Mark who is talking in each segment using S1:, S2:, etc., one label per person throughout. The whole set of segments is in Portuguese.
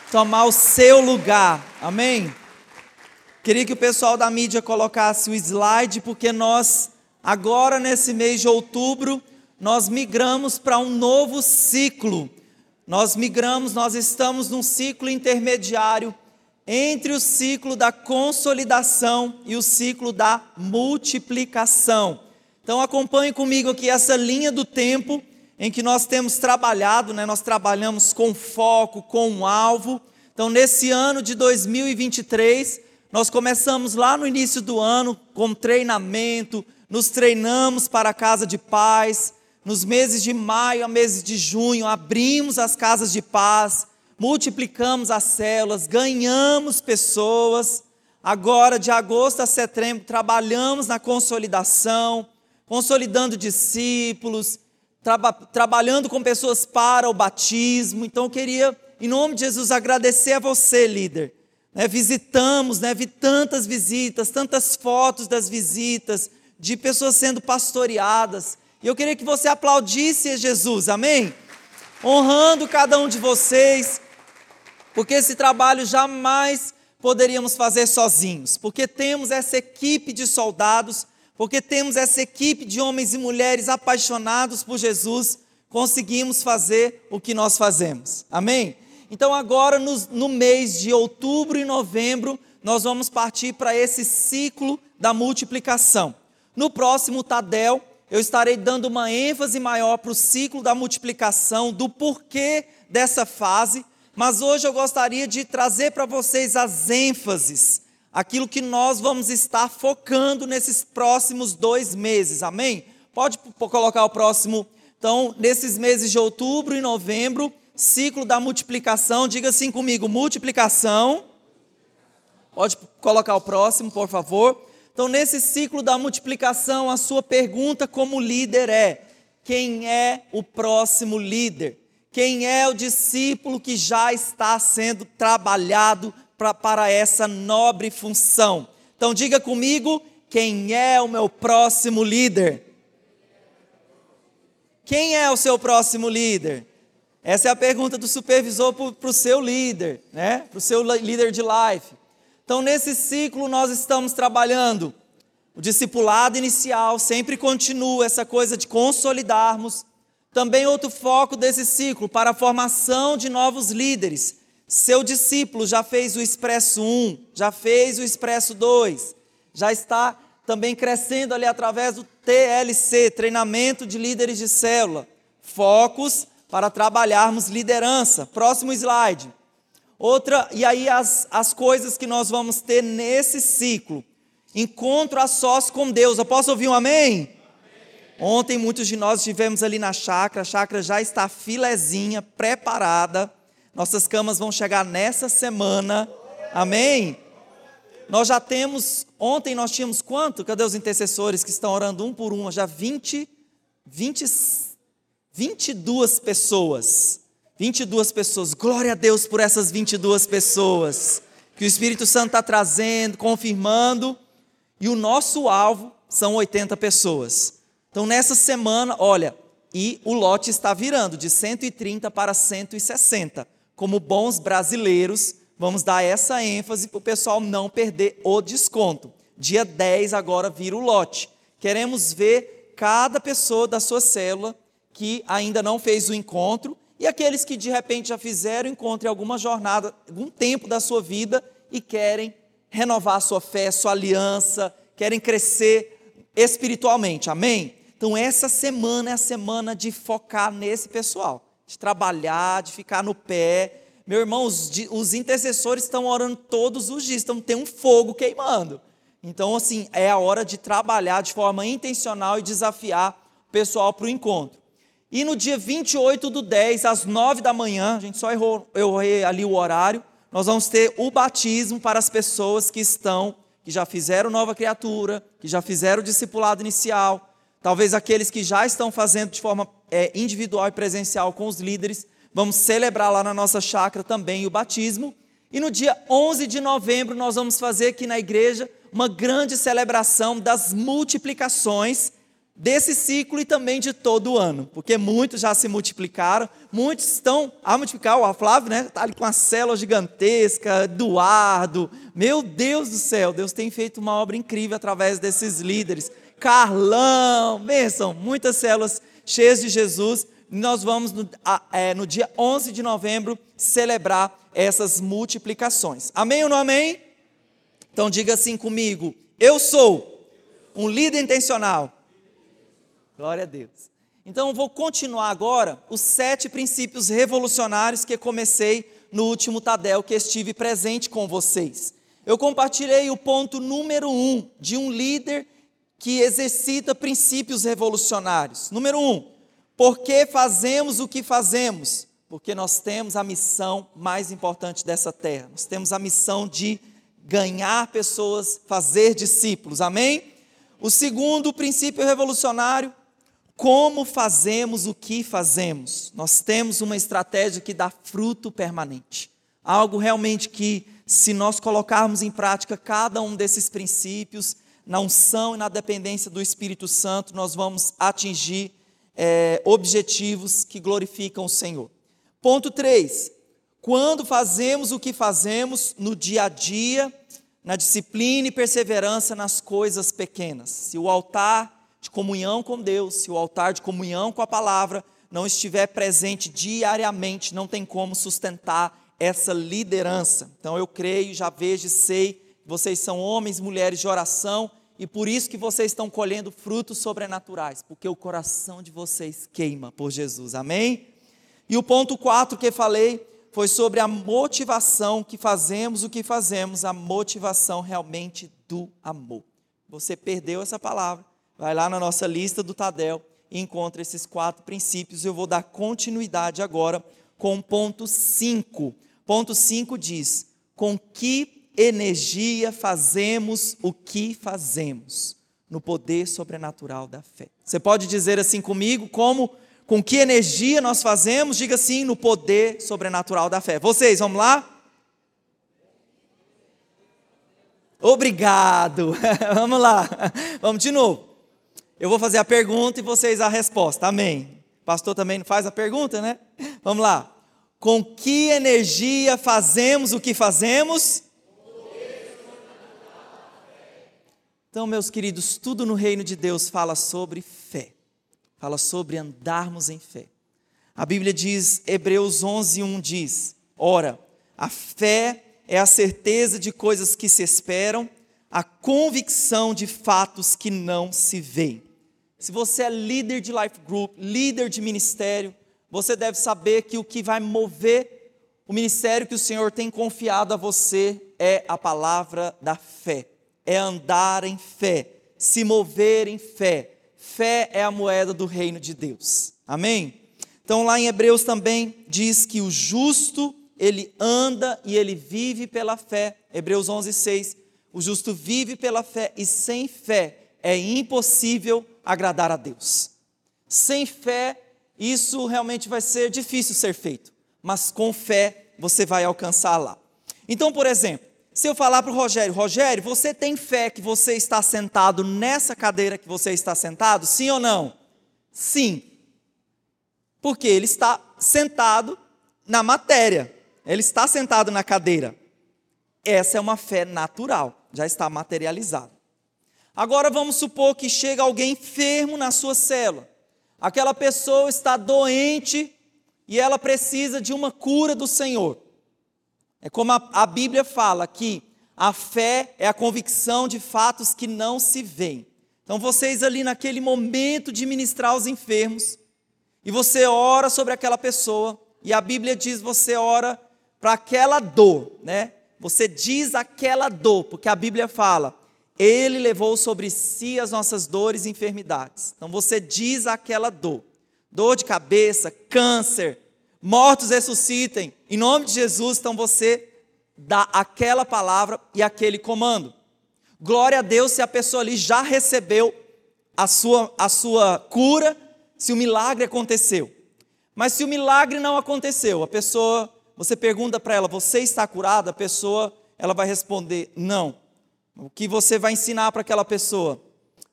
S1: tomar o seu lugar. Amém? Queria que o pessoal da mídia colocasse o slide, porque nós, agora nesse mês de outubro, nós migramos para um novo ciclo. Nós estamos num ciclo intermediário entre o ciclo da consolidação e o ciclo da multiplicação. Então acompanhe comigo aqui essa linha do tempo em que nós temos trabalhado, nós trabalhamos com foco, com um alvo. Então nesse ano de 2023, nós começamos lá no início do ano com treinamento, nos treinamos para a casa de paz. Nos meses de maio a meses de junho, abrimos as casas de paz, multiplicamos as células, ganhamos pessoas. Agora, de agosto a setembro, trabalhamos na consolidação, consolidando discípulos, trabalhando com pessoas para o batismo. Então, eu queria, em nome de Jesus, agradecer a você, líder. Visitamos, vi tantas visitas, tantas fotos das visitas, de pessoas sendo pastoreadas. E eu queria que você aplaudisse a Jesus, amém? Honrando cada um de vocês, porque esse trabalho jamais poderíamos fazer sozinhos, porque temos essa equipe de soldados, porque temos essa equipe de homens e mulheres apaixonados por Jesus, conseguimos fazer o que nós fazemos, amém? Então agora no mês de outubro e novembro, nós vamos partir para esse ciclo da multiplicação. No próximo Tadel, eu estarei dando uma ênfase maior para o ciclo da multiplicação, do porquê dessa fase, mas hoje eu gostaria de trazer para vocês as ênfases, aquilo que nós vamos estar focando nesses próximos 2 meses, amém? Pode colocar o próximo. Então, nesses meses de outubro e novembro, ciclo da multiplicação, diga assim comigo, multiplicação. Pode colocar o próximo, por favor. Então, nesse ciclo da multiplicação, a sua pergunta como líder é: quem é o próximo líder? Quem é o discípulo que já está sendo trabalhado para essa nobre função? Então, diga comigo, quem é o meu próximo líder? Quem é o seu próximo líder? Essa é a pergunta do supervisor para o seu líder, para o seu líder de life. Então, nesse ciclo, nós estamos trabalhando o discipulado inicial, sempre continua essa coisa de consolidarmos. Também outro foco desse ciclo, para a formação de novos líderes. Seu discípulo já fez o Expresso 1, já fez o Expresso 2, já está também crescendo ali através do TLC, Treinamento de Líderes de Célula. Focos para trabalharmos liderança. Próximo slide. E aí as coisas que nós vamos ter nesse ciclo. Encontro a sós com Deus. Eu posso ouvir um amém? Amém. Ontem muitos de nós estivemos ali na chácara. A chácara já está filezinha, preparada. Nossas camas vão chegar nessa semana. Amém? Nós já temos, ontem nós tínhamos quanto? Cadê os intercessores que estão orando um por uma? Já 22 pessoas. 22 pessoas, glória a Deus por essas 22 pessoas, que o Espírito Santo está trazendo, confirmando, e o nosso alvo são 80 pessoas. Então nessa semana, olha, e o lote está virando de 130 para 160. Como bons brasileiros, vamos dar essa ênfase para o pessoal não perder o desconto. Dia 10 agora vira o lote. Queremos ver cada pessoa da sua célula que ainda não fez o encontro, e aqueles que de repente já fizeram encontro em alguma jornada, algum tempo da sua vida e querem renovar a sua fé, sua aliança, querem crescer espiritualmente, amém? Então essa semana é a semana de focar nesse pessoal, de trabalhar, de ficar no pé. Meu irmão, os intercessores estão orando todos os dias, então tem um fogo queimando. Então assim, é a hora de trabalhar de forma intencional e desafiar o pessoal para o encontro. E no dia 28/10, às 9 da manhã, a gente só eu errei ali o horário, nós vamos ter o batismo para as pessoas que já fizeram nova criatura, que já fizeram o discipulado inicial, talvez aqueles que já estão fazendo de forma individual e presencial com os líderes. Vamos celebrar lá na nossa chácara também o batismo. E no dia 11 de novembro nós vamos fazer aqui na igreja uma grande celebração das multiplicações desse ciclo e também de todo o ano, porque muitos já se multiplicaram, muitos estão a multiplicar. O Flávio, né, está ali com a célula gigantesca, Eduardo, meu Deus do céu, Deus tem feito uma obra incrível através desses líderes. Carlão, bênção, muitas células cheias de Jesus. Nós vamos no dia 11 de novembro celebrar essas multiplicações. Amém ou não amém? Então diga assim comigo: eu sou um líder intencional. Glória a Deus. Então eu vou continuar agora os 7 princípios revolucionários que comecei no último Tadel, que estive presente com vocês. Eu compartilhei o ponto número 1 de um líder que exercita princípios revolucionários. Número 1, por que fazemos o que fazemos? Porque nós temos a missão mais importante dessa terra. Nós temos a missão de ganhar pessoas, fazer discípulos. Amém? O segundo princípio revolucionário: como fazemos o que fazemos? Nós temos uma estratégia que dá fruto permanente. Algo realmente que, se nós colocarmos em prática cada um desses princípios, na unção e na dependência do Espírito Santo, nós vamos atingir objetivos que glorificam o Senhor. Ponto 3, quando fazemos o que fazemos no dia a dia, na disciplina e perseverança nas coisas pequenas. Se o altar de comunhão com Deus, se o altar de comunhão com a palavra não estiver presente diariamente, não tem como sustentar essa liderança. Então eu creio, já vejo e sei que vocês são homens e mulheres de oração, e por isso que vocês estão colhendo frutos sobrenaturais, porque o coração de vocês queima por Jesus, amém? E o ponto 4 que falei foi sobre a motivação que fazemos o que fazemos, a motivação realmente do amor. Você perdeu essa palavra, vai lá na nossa lista do Tadel e encontra esses 4 princípios. Eu vou dar continuidade agora com o ponto 5. Ponto 5 diz: com que energia fazemos o que fazemos? No poder sobrenatural da fé. Você pode dizer assim comigo, com que energia nós fazemos? Diga assim: no poder sobrenatural da fé. Vocês, vamos lá? Obrigado. Vamos lá. Vamos de novo. Eu vou fazer a pergunta e vocês a resposta. Amém. O pastor também faz a pergunta, né? Vamos lá. Com que energia fazemos o que fazemos? Então, meus queridos, tudo no reino de Deus fala sobre fé. Fala sobre andarmos em fé. A Bíblia diz, Hebreus 11:1 diz: ora, a fé é a certeza de coisas que se esperam, a convicção de fatos que não se veem. Se você é líder de life group, líder de ministério, você deve saber que o que vai mover o ministério que o Senhor tem confiado a você é a palavra da fé. É andar em fé, se mover em fé. Fé é a moeda do reino de Deus. Amém? Então lá em Hebreus também diz que o justo, ele anda e ele vive pela fé. Hebreus 11:6. O justo vive pela fé e sem fé é impossível agradar a Deus. Sem fé, isso realmente vai ser difícil ser feito. Mas com fé, você vai alcançar lá. Então, por exemplo, se eu falar para o Rogério: Rogério, você tem fé que você está sentado nessa cadeira que você está sentado? Sim ou não? Sim. Porque ele está sentado na matéria. Ele está sentado na cadeira. Essa é uma fé natural, já está materializada. Agora vamos supor que chega alguém enfermo na sua célula. Aquela pessoa está doente e ela precisa de uma cura do Senhor. É como a Bíblia fala que a fé é a convicção de fatos que não se veem. Então vocês ali naquele momento de ministrar aos enfermos, e você ora sobre aquela pessoa, e a Bíblia diz, você ora para aquela dor, né? Você diz aquela dor, porque a Bíblia fala, Ele levou sobre si as nossas dores e enfermidades. Então você diz aquela dor, dor de cabeça, câncer, mortos ressuscitem, em nome de Jesus. Então você dá aquela palavra e aquele comando. Glória a Deus se a pessoa ali já recebeu a sua cura, se o milagre aconteceu. Mas se o milagre não aconteceu, a pessoa, você pergunta para ela, você está curada? A pessoa, ela vai responder, não. O que você vai ensinar para aquela pessoa?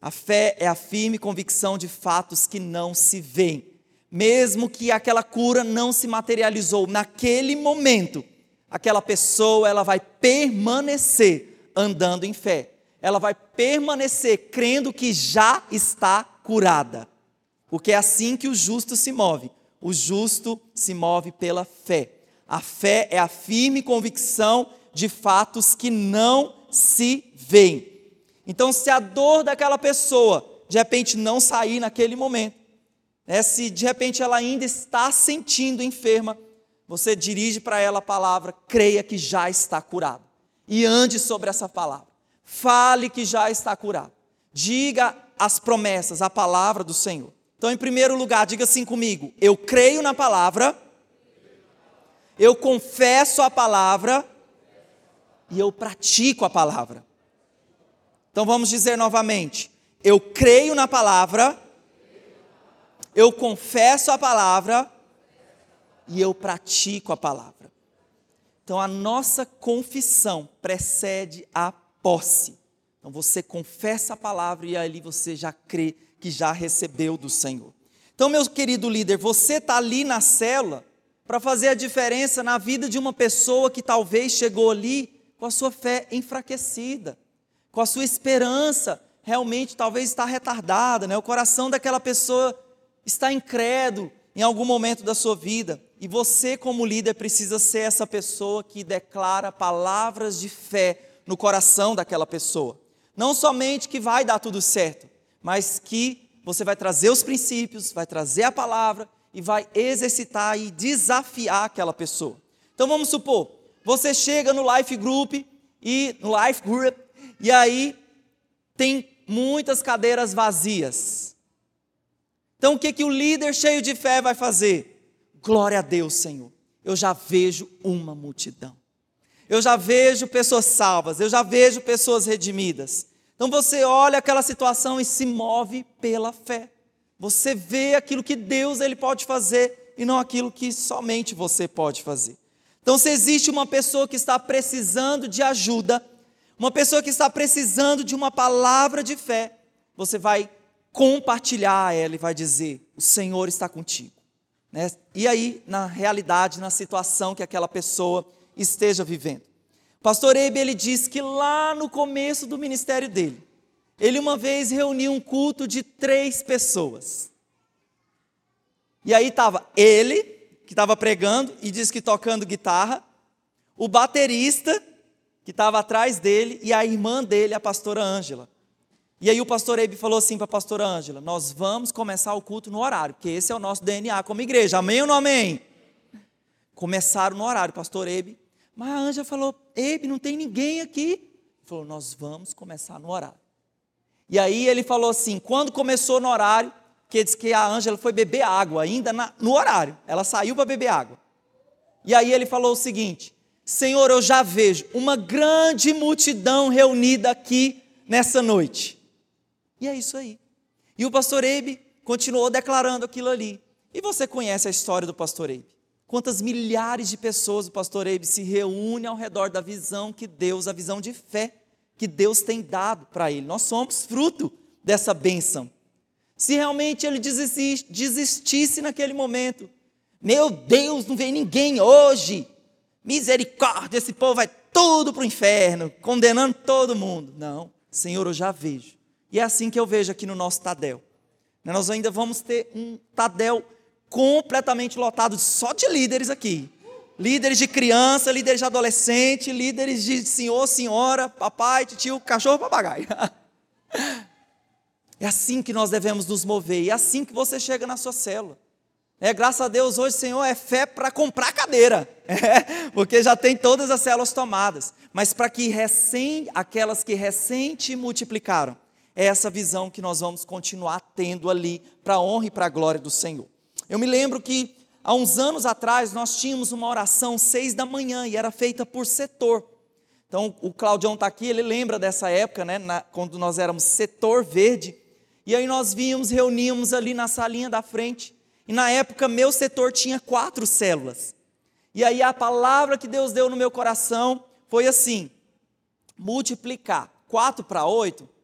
S1: A fé é a firme convicção de fatos que não se veem. Mesmo que aquela cura não se materializou naquele momento, aquela pessoa ela vai permanecer andando em fé. Ela vai permanecer crendo que já está curada. Porque é assim que o justo se move. O justo se move pela fé. A fé é a firme convicção de fatos que não se veem. Então, se a dor daquela pessoa, de repente, não sair naquele momento, se de repente ela ainda está sentindo enferma, você dirige para ela a palavra, creia que já está curado. E ande sobre essa palavra. Fale que já está curado. Diga as promessas, a palavra do Senhor. Então, em primeiro lugar, diga assim comigo, eu creio na palavra, eu confesso a palavra e eu pratico a palavra. Então vamos dizer novamente, eu creio na palavra, eu confesso a palavra e eu pratico a palavra. Então a nossa confissão precede a posse. Então você confessa a palavra e ali você já crê que já recebeu do Senhor. Então, meu querido líder, você está ali na célula para fazer a diferença na vida de uma pessoa que talvez chegou ali com a sua fé enfraquecida, com a sua esperança realmente talvez está retardada, né? O coração daquela pessoa está incrédulo em algum momento da sua vida. E você, como líder, precisa ser essa pessoa que declara palavras de fé no coração daquela pessoa. Não somente que vai dar tudo certo, mas que você vai trazer os princípios, vai trazer a palavra e vai exercitar e desafiar aquela pessoa. Então vamos supor, você chega no Life Group e aí tem muitas cadeiras vazias. Então o que o líder cheio de fé vai fazer? Glória a Deus, Senhor. Eu já vejo uma multidão. Eu já vejo pessoas salvas, eu já vejo pessoas redimidas. Então você olha aquela situação e se move pela fé. Você vê aquilo que Deus ele pode fazer e não aquilo que somente você pode fazer. Então se existe uma pessoa que está precisando de ajuda, uma pessoa que está precisando de uma palavra de fé, você vai compartilhar a ela e vai dizer, o Senhor está contigo. Né? E aí, na realidade, na situação que aquela pessoa esteja vivendo. O pastor Eibe, ele diz que lá no começo do ministério dele, ele uma vez reuniu um culto de 3 pessoas. E aí estava ele, que estava pregando e diz que tocando guitarra, o baterista, que estava atrás dele, e a irmã dele, a pastora Ângela. E aí o pastor Eibe falou assim para a pastora Ângela, nós vamos começar o culto no horário, porque esse é o nosso DNA como igreja, amém ou não amém? Começaram no horário, pastor Eibe, mas a Ângela falou, Eibe, não tem ninguém aqui. Ele falou, nós vamos começar no horário. E aí ele falou assim, quando começou no horário, que diz que a Ângela foi beber água, ainda no horário, ela saiu para beber água. E aí ele falou o seguinte, Senhor, eu já vejo uma grande multidão reunida aqui nessa noite. E é isso aí. E o pastor Eibe continuou declarando aquilo ali. E você conhece a história do pastor Eibe? Quantas milhares de pessoas o pastor Eibe se reúne ao redor da visão que Deus, a visão de fé que Deus tem dado para ele. Nós somos fruto dessa bênção. Se realmente ele desistisse naquele momento, meu Deus, não vem ninguém hoje, misericórdia, esse povo vai tudo para o inferno, condenando todo mundo. Não, Senhor, eu já vejo. E é assim que eu vejo aqui no nosso Tadel. Nós ainda vamos ter um Tadel completamente lotado só de líderes aqui. Líderes de criança, líderes de adolescente, líderes de senhor, senhora, papai, tio, cachorro, papagaio. É assim que nós devemos nos mover. E é assim que você chega na sua célula. Graças a Deus hoje, Senhor, é fé para comprar cadeira. Porque já tem todas as células tomadas. Mas para que aquelas que recém multiplicaram, é essa visão que nós vamos continuar tendo ali, para a honra e para a glória do Senhor. Eu me lembro que há uns anos atrás nós tínhamos uma oração 6 da manhã e era feita por setor. Então o Claudião está aqui, ele lembra dessa época, né, quando nós éramos setor verde. E aí nós reuníamos ali na salinha da frente. E na época meu setor tinha 4 células. E aí a palavra que Deus deu no meu coração foi assim, multiplicar 4 para 8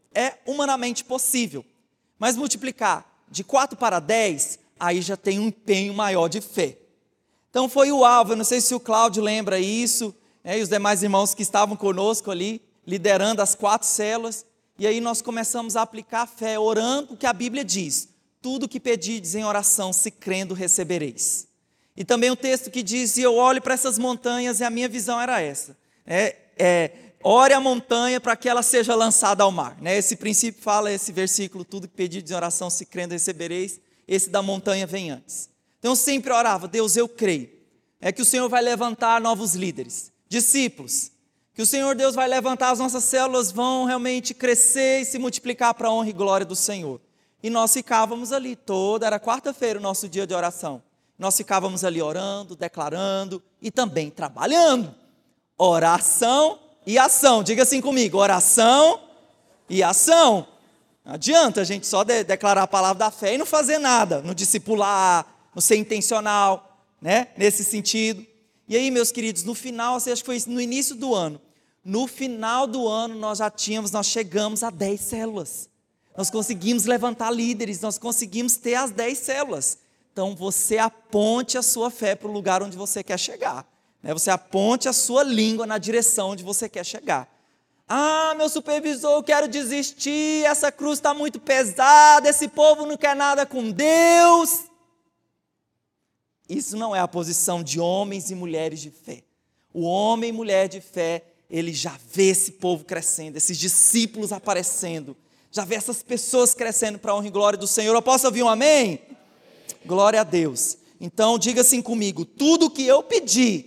S1: é humanamente possível. Mas multiplicar de 4 para 10, aí já tem um empenho maior de fé. Então foi o alvo, eu não sei se o Cláudio lembra isso, e os demais irmãos que estavam conosco ali, liderando as 4 células, e aí nós começamos a aplicar a fé, orando o que a Bíblia diz: tudo que pedirdes em oração, se crendo, recebereis. E também o texto que diz: e eu olho para essas montanhas, e a minha visão era essa, ore a montanha para que ela seja lançada ao mar. Esse princípio fala, esse versículo, tudo que pedirdes em oração, se crendo, recebereis. Esse da montanha vem antes. Então eu sempre orava: Deus, eu creio, que o Senhor vai levantar novos líderes, discípulos, que o Senhor Deus vai levantar, as nossas células vão realmente crescer e se multiplicar para a honra e glória do Senhor. E nós ficávamos ali era quarta-feira o nosso dia de oração, nós ficávamos ali orando, declarando e também trabalhando. Oração e ação, diga assim comigo: oração e ação. Não adianta a gente só declarar a palavra da fé e não fazer nada, no discipular, no ser intencional, nesse sentido. E aí, meus queridos, no final, acho que foi no início do ano, no final do ano nós chegamos a 10 células. Nós conseguimos levantar líderes, nós conseguimos ter as 10 células. Então você aponte a sua fé para o lugar onde você quer chegar. Você aponte a sua língua na direção onde você quer chegar. Ah, meu supervisor, eu quero desistir, essa cruz está muito pesada, esse povo não quer nada com Deus. Isso não é a posição de homens e mulheres de fé. O homem e mulher de fé, ele já vê esse povo crescendo, esses discípulos aparecendo, já vê essas pessoas crescendo para a honra e glória do Senhor. Eu posso ouvir um amém? Glória a Deus. Então diga assim comigo: tudo que eu pedi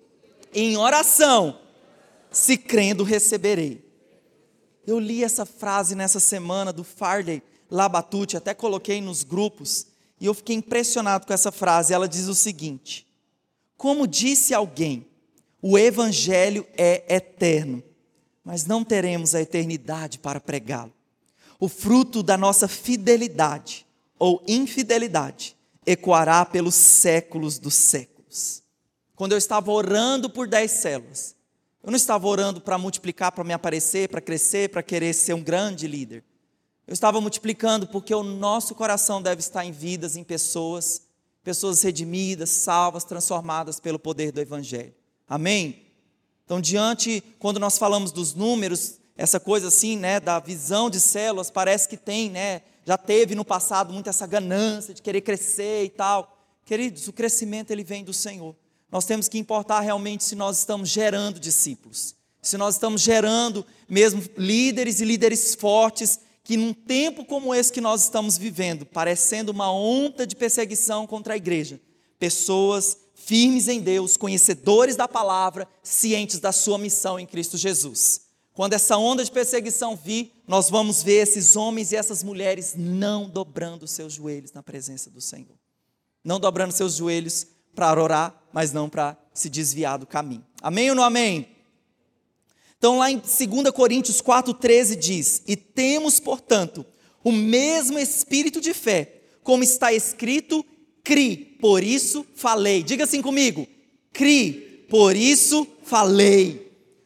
S1: em oração, se crendo, receberei. Eu li essa frase nessa semana do Farley Labatute, até coloquei nos grupos, e eu fiquei impressionado com essa frase. Ela diz o seguinte: como disse alguém, o evangelho é eterno, mas não teremos a eternidade para pregá-lo. O fruto da nossa fidelidade ou infidelidade ecoará pelos séculos dos séculos. Quando eu estava orando por 10 células, eu não estava orando para multiplicar, para me aparecer, para crescer, para querer ser um grande líder. Eu estava multiplicando porque o nosso coração deve estar em vidas, em pessoas redimidas, salvas, transformadas pelo poder do Evangelho. Amém? Então, quando nós falamos dos números, essa coisa assim, da visão de células, parece que tem, já teve no passado muito essa ganância de querer crescer e tal. Queridos, o crescimento ele vem do Senhor. Nós temos que importar realmente se nós estamos gerando discípulos, se nós estamos gerando mesmo líderes e líderes fortes, que num tempo como esse que nós estamos vivendo, parecendo uma onda de perseguição contra a igreja, pessoas firmes em Deus, conhecedores da palavra, cientes da sua missão em Cristo Jesus. Quando essa onda de perseguição vir, nós vamos ver esses homens e essas mulheres não dobrando seus joelhos na presença do Senhor. Não dobrando seus joelhos para orar, mas não para se desviar do caminho. Amém ou não amém? Então lá em 2 Coríntios 4,13 diz: e temos, portanto, o mesmo espírito de fé, como está escrito, cri, por isso falei. Diga assim comigo: cri, por isso falei.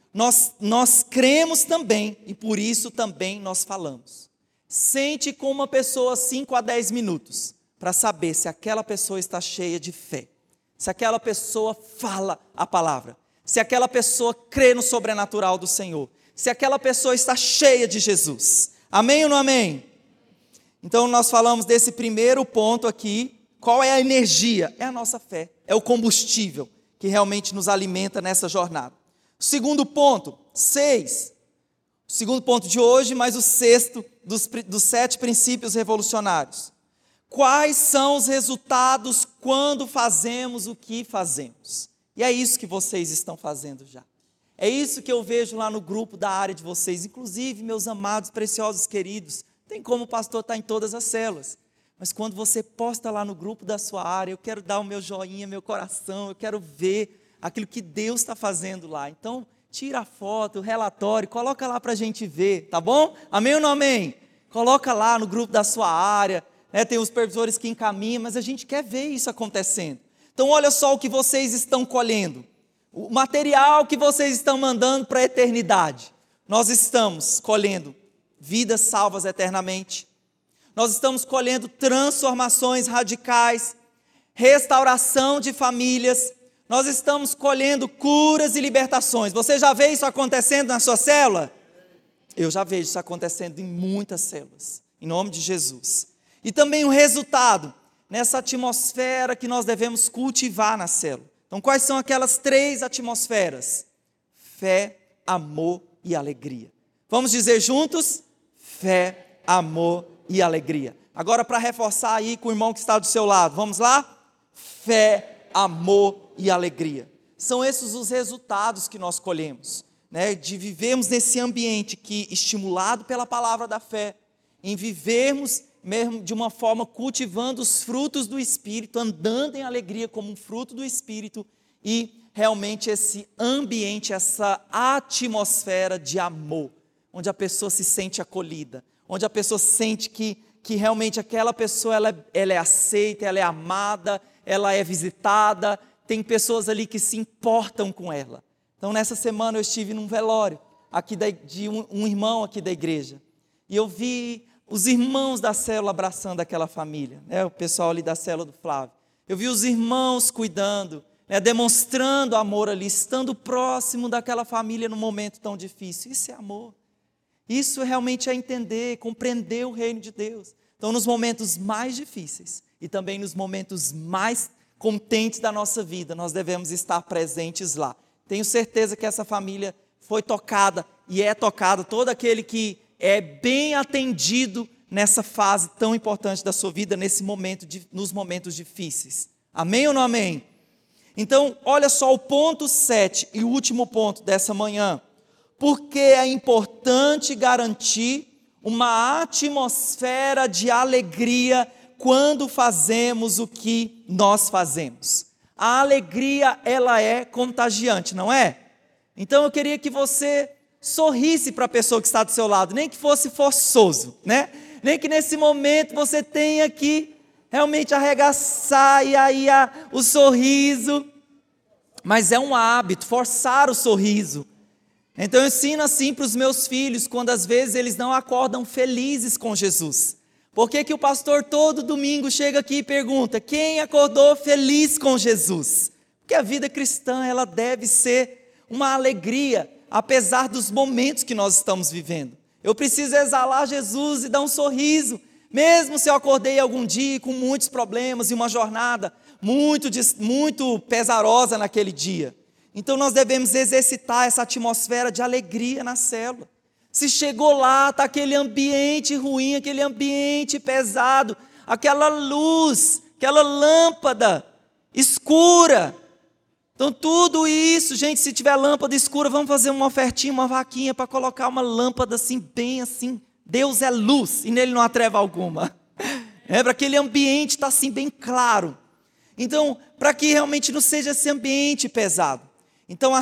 S1: Nós cremos também, e por isso também nós falamos. Sente com uma pessoa 5 a 10 minutos, para saber se aquela pessoa está cheia de fé, se aquela pessoa fala a palavra, se aquela pessoa crê no sobrenatural do Senhor, se aquela pessoa está cheia de Jesus. Amém ou não amém? Então nós falamos desse primeiro ponto aqui. Qual é a energia? É a nossa fé, é o combustível que realmente nos alimenta nessa jornada. Segundo ponto, 6. O segundo ponto de hoje, mas o sexto dos 7 princípios revolucionários. Quais são os resultados quando fazemos o que fazemos? E é isso que vocês estão fazendo já. É isso que eu vejo lá no grupo da área de vocês. Inclusive, meus amados, preciosos, queridos, tem como o pastor estar em todas as células. Mas quando você posta lá no grupo da sua área, eu quero dar o meu joinha, meu coração, eu quero ver aquilo que Deus está fazendo lá. Então, tira a foto, o relatório, coloca lá para a gente ver, tá bom? Amém ou não amém? Coloca lá no grupo da sua área, tem os supervisores que encaminham, mas a gente quer ver isso acontecendo. Então, olha só o que vocês estão colhendo, o material que vocês estão mandando para a eternidade. Nós estamos colhendo vidas salvas eternamente. Nós estamos colhendo transformações radicais, restauração de famílias. Nós estamos colhendo curas e libertações. Você já vê isso acontecendo na sua célula? Eu já vejo isso acontecendo em muitas células, em nome de Jesus. E também o resultado, nessa atmosfera que nós devemos cultivar na célula. Então, quais são aquelas 3 atmosferas? Fé, amor e alegria. Vamos dizer juntos? Fé, amor e alegria. Agora, para reforçar aí com o irmão que está do seu lado, vamos lá? Fé, amor e alegria. São esses os resultados que nós colhemos, né? De vivermos nesse ambiente que, estimulado pela palavra da fé, em vivermos mesmo de uma forma cultivando os frutos do Espírito, andando em alegria como um fruto do Espírito, e realmente esse ambiente, essa atmosfera de amor, onde a pessoa se sente acolhida, onde a pessoa sente que realmente aquela pessoa ela é aceita, ela é amada, ela é visitada, tem pessoas ali que se importam com ela. Então nessa semana eu estive num velório aqui de um irmão aqui da igreja, e eu vi os irmãos da célula abraçando aquela família, né? O pessoal ali da célula do Flávio. Eu vi os irmãos cuidando, né? Demonstrando amor ali, estando próximo daquela família num momento tão difícil. Isso é amor. Isso realmente é entender, compreender o reino de Deus. Então, nos momentos mais difíceis e também nos momentos mais contentes da nossa vida, nós devemos estar presentes lá. Tenho certeza que essa família foi tocada e é tocada, todo aquele que é bem atendido nessa fase tão importante da sua vida, nos momentos difíceis. Amém ou não amém? Então, olha só o ponto 7 e o último ponto dessa manhã. Porque é importante garantir uma atmosfera de alegria quando fazemos o que nós fazemos. A alegria, ela é contagiante, não é? Então, eu queria que você sorrisse para a pessoa que está do seu lado, nem que fosse forçoso, né? Nem que nesse momento você tenha que realmente arregaçar e aí o sorriso, mas é um hábito, forçar o sorriso. Então eu ensino assim para os meus filhos, quando às vezes eles não acordam felizes com Jesus. Por que que o pastor todo domingo chega aqui e pergunta, quem acordou feliz com Jesus? Porque a vida cristã, ela deve ser uma alegria, apesar dos momentos que nós estamos vivendo. Eu preciso exalar Jesus e dar um sorriso, mesmo se eu acordei algum dia com muitos problemas e uma jornada muito pesarosa naquele dia. Então nós devemos exercitar essa atmosfera de alegria na célula. Se chegou lá, está aquele ambiente ruim, aquele ambiente pesado, aquela luz, aquela lâmpada escura. Então tudo isso, gente, se tiver lâmpada escura, vamos fazer uma ofertinha, uma vaquinha para colocar uma lâmpada assim, bem assim. Deus é luz e nele não há treva alguma. Para aquele ambiente estar assim bem claro. Então, para que realmente não seja esse ambiente pesado. Então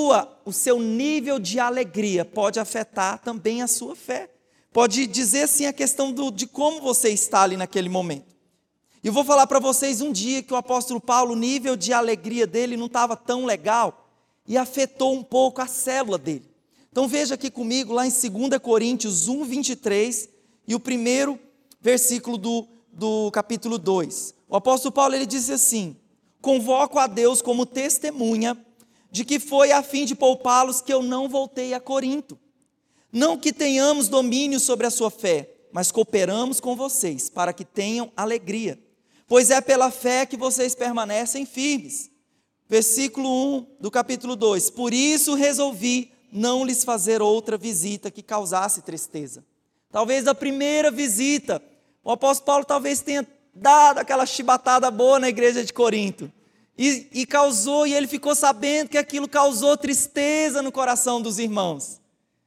S1: o seu nível de alegria pode afetar também a sua fé. Pode dizer assim a questão de como você está ali naquele momento. E eu vou falar para vocês um dia que o apóstolo Paulo, o nível de alegria dele não estava tão legal e afetou um pouco a célula dele. Então veja aqui comigo lá em 2 Coríntios 1, 23 e o primeiro versículo do capítulo 2. O apóstolo Paulo ele disse assim, convoco a Deus como testemunha de que foi a fim de poupá-los que eu não voltei a Corinto. Não que tenhamos domínio sobre a sua fé, mas cooperamos com vocês para que tenham alegria. Pois é pela fé que vocês permanecem firmes. Versículo 1 do capítulo 2. Por isso resolvi não lhes fazer outra visita que causasse tristeza. Talvez a primeira visita, o apóstolo Paulo talvez tenha dado aquela chibatada boa na igreja de Corinto. E causou, e ele ficou sabendo que aquilo causou tristeza no coração dos irmãos.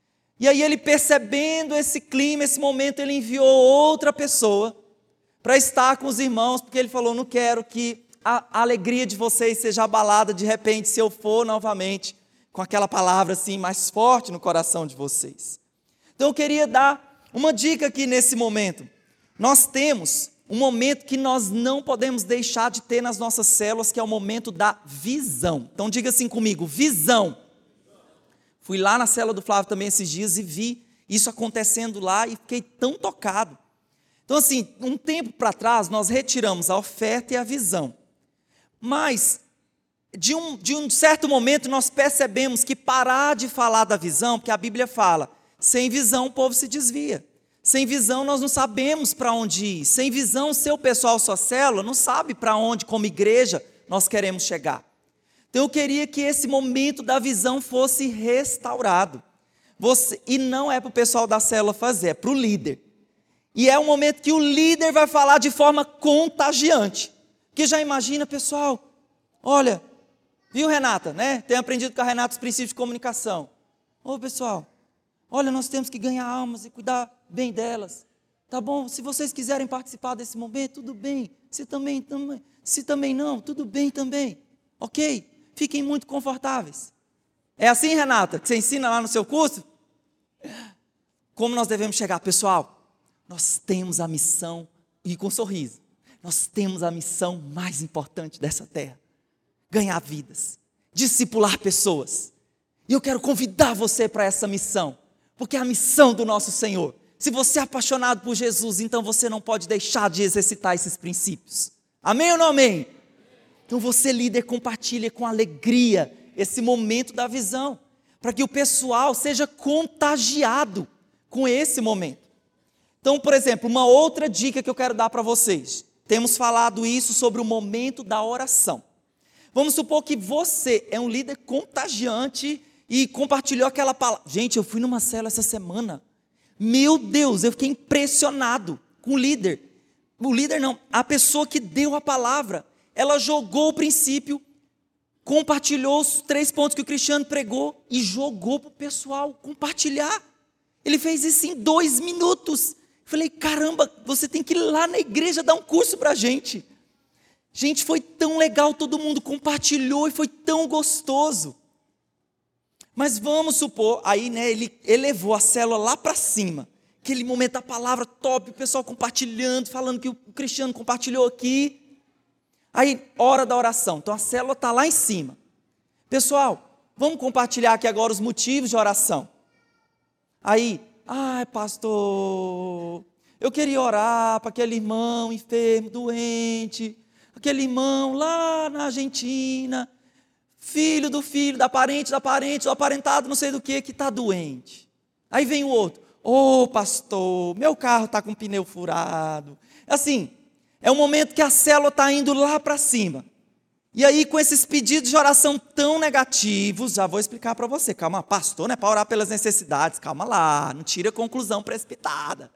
S1: E aí ele percebendo esse clima, esse momento, ele enviou outra pessoa para estar com os irmãos, porque ele falou, não quero que a alegria de vocês seja abalada de repente, se eu for novamente, com aquela palavra assim mais forte no coração de vocês. Então eu queria dar uma dica aqui nesse momento. Nós temos um momento que nós não podemos deixar de ter nas nossas células, que é o momento da visão. Então diga assim comigo, visão. Fui lá na célula do Flávio também esses dias e vi isso acontecendo lá, e fiquei tão tocado. Então assim, um tempo para trás, nós retiramos a oferta e a visão. Mas, de um certo momento, nós percebemos que parar de falar da visão, porque a Bíblia fala, sem visão o povo se desvia. Sem visão nós não sabemos para onde ir. Sem visão, seu pessoal, sua célula, não sabe para onde, como igreja, nós queremos chegar. Então eu queria que esse momento da visão fosse restaurado. E não é para o pessoal da célula fazer, é para o líder. E é um momento que o líder vai falar de forma contagiante. Que já imagina, pessoal, olha, viu, Renata, né? Tem aprendido com a Renata os princípios de comunicação. Ô, pessoal, olha, nós temos que ganhar almas e cuidar bem delas. Tá bom? Se vocês quiserem participar desse momento, tudo bem. Se também não, tudo bem também. Ok? Fiquem muito confortáveis. É assim, Renata, que você ensina lá no seu curso? Como nós devemos chegar? Pessoal, nós temos a missão, e com sorriso, nós temos a missão mais importante dessa terra. Ganhar vidas, discipular pessoas. E eu quero convidar você para essa missão, porque é a missão do nosso Senhor. Se você é apaixonado por Jesus, então você não pode deixar de exercitar esses princípios. Amém ou não amém? Então você, líder, compartilha com alegria esse momento da visão, para que o pessoal seja contagiado com esse momento. Então, por exemplo, uma outra dica que eu quero dar para vocês. Temos falado isso sobre o momento da oração. Vamos supor que você é um líder contagiante e compartilhou aquela palavra. Gente, eu fui numa célula essa semana. Meu Deus, eu fiquei impressionado com o líder. O líder não, a pessoa que deu a palavra. Ela jogou o princípio, compartilhou os 3 pontos que o Cristiano pregou e jogou para o pessoal compartilhar. Ele fez isso em 2 minutos. Falei, caramba, você tem que ir lá na igreja dar um curso para a gente. Gente, foi tão legal, todo mundo compartilhou e foi tão gostoso. Mas vamos supor, aí né, ele elevou a célula lá para cima. Aquele momento da palavra top, o pessoal compartilhando, falando que o Cristiano compartilhou aqui. Aí, hora da oração. Então a célula está lá em cima. Pessoal, vamos compartilhar aqui agora os motivos de oração. Aí, ai pastor, eu queria orar para aquele irmão enfermo, doente, aquele irmão lá na Argentina, filho, da parente, do aparentado, não sei do que está doente. Aí vem o outro, ô pastor, meu carro está com o pneu furado. Assim, é um momento que a célula está indo lá para cima. E aí, com esses pedidos de oração tão negativos, já vou explicar para você. Calma, pastor, não é para orar pelas necessidades. Calma lá, não tira conclusão precipitada.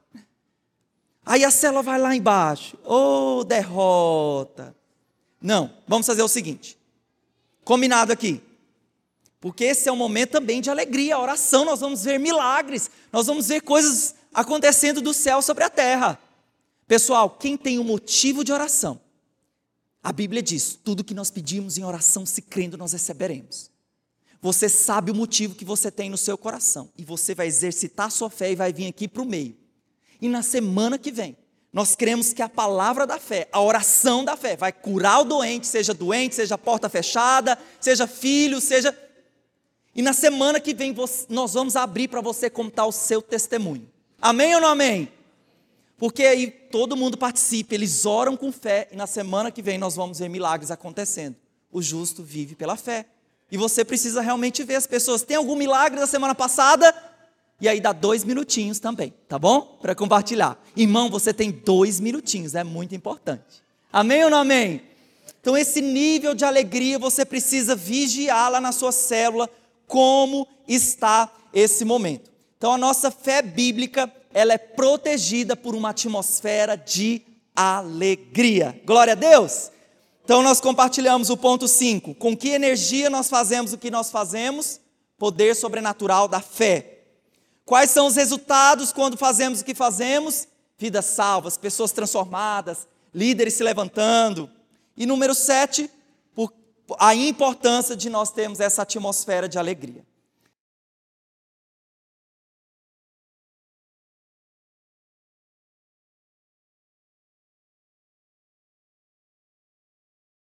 S1: Aí a célula vai lá embaixo. Ô, derrota. Não, vamos fazer o seguinte. Combinado aqui. Porque esse é um momento também de alegria. A oração, nós vamos ver milagres. Nós vamos ver coisas acontecendo do céu sobre a terra. Pessoal, quem tem um motivo de oração, a Bíblia diz, tudo que nós pedimos em oração, se crendo, nós receberemos. Você sabe o motivo que você tem no seu coração, e você vai exercitar a sua fé e vai vir aqui para o meio. E na semana que vem, nós cremos que a palavra da fé, a oração da fé, vai curar o doente, seja porta fechada, seja filho, seja... E na semana que vem, nós vamos abrir para você contar o seu testemunho. Amém ou não amém? Porque aí todo mundo participa, eles oram com fé, e na semana que vem nós vamos ver milagres acontecendo. O justo vive pela fé. E você precisa realmente ver as pessoas. Tem algum milagre da semana passada? E aí dá 2 minutinhos também, tá bom? Para compartilhar. Irmão, você tem 2 minutinhos, é muito importante. Amém ou não amém? Então esse nível de alegria você precisa vigiar lá na sua célula, como está esse momento. Então a nossa fé bíblica, ela é protegida por uma atmosfera de alegria. Glória a Deus! Então nós compartilhamos o ponto 5. Com que energia nós fazemos o que nós fazemos? Poder sobrenatural da fé. Quais são os resultados quando fazemos o que fazemos? Vidas salvas, pessoas transformadas, líderes se levantando. E número 7, a importância de nós termos essa atmosfera de alegria.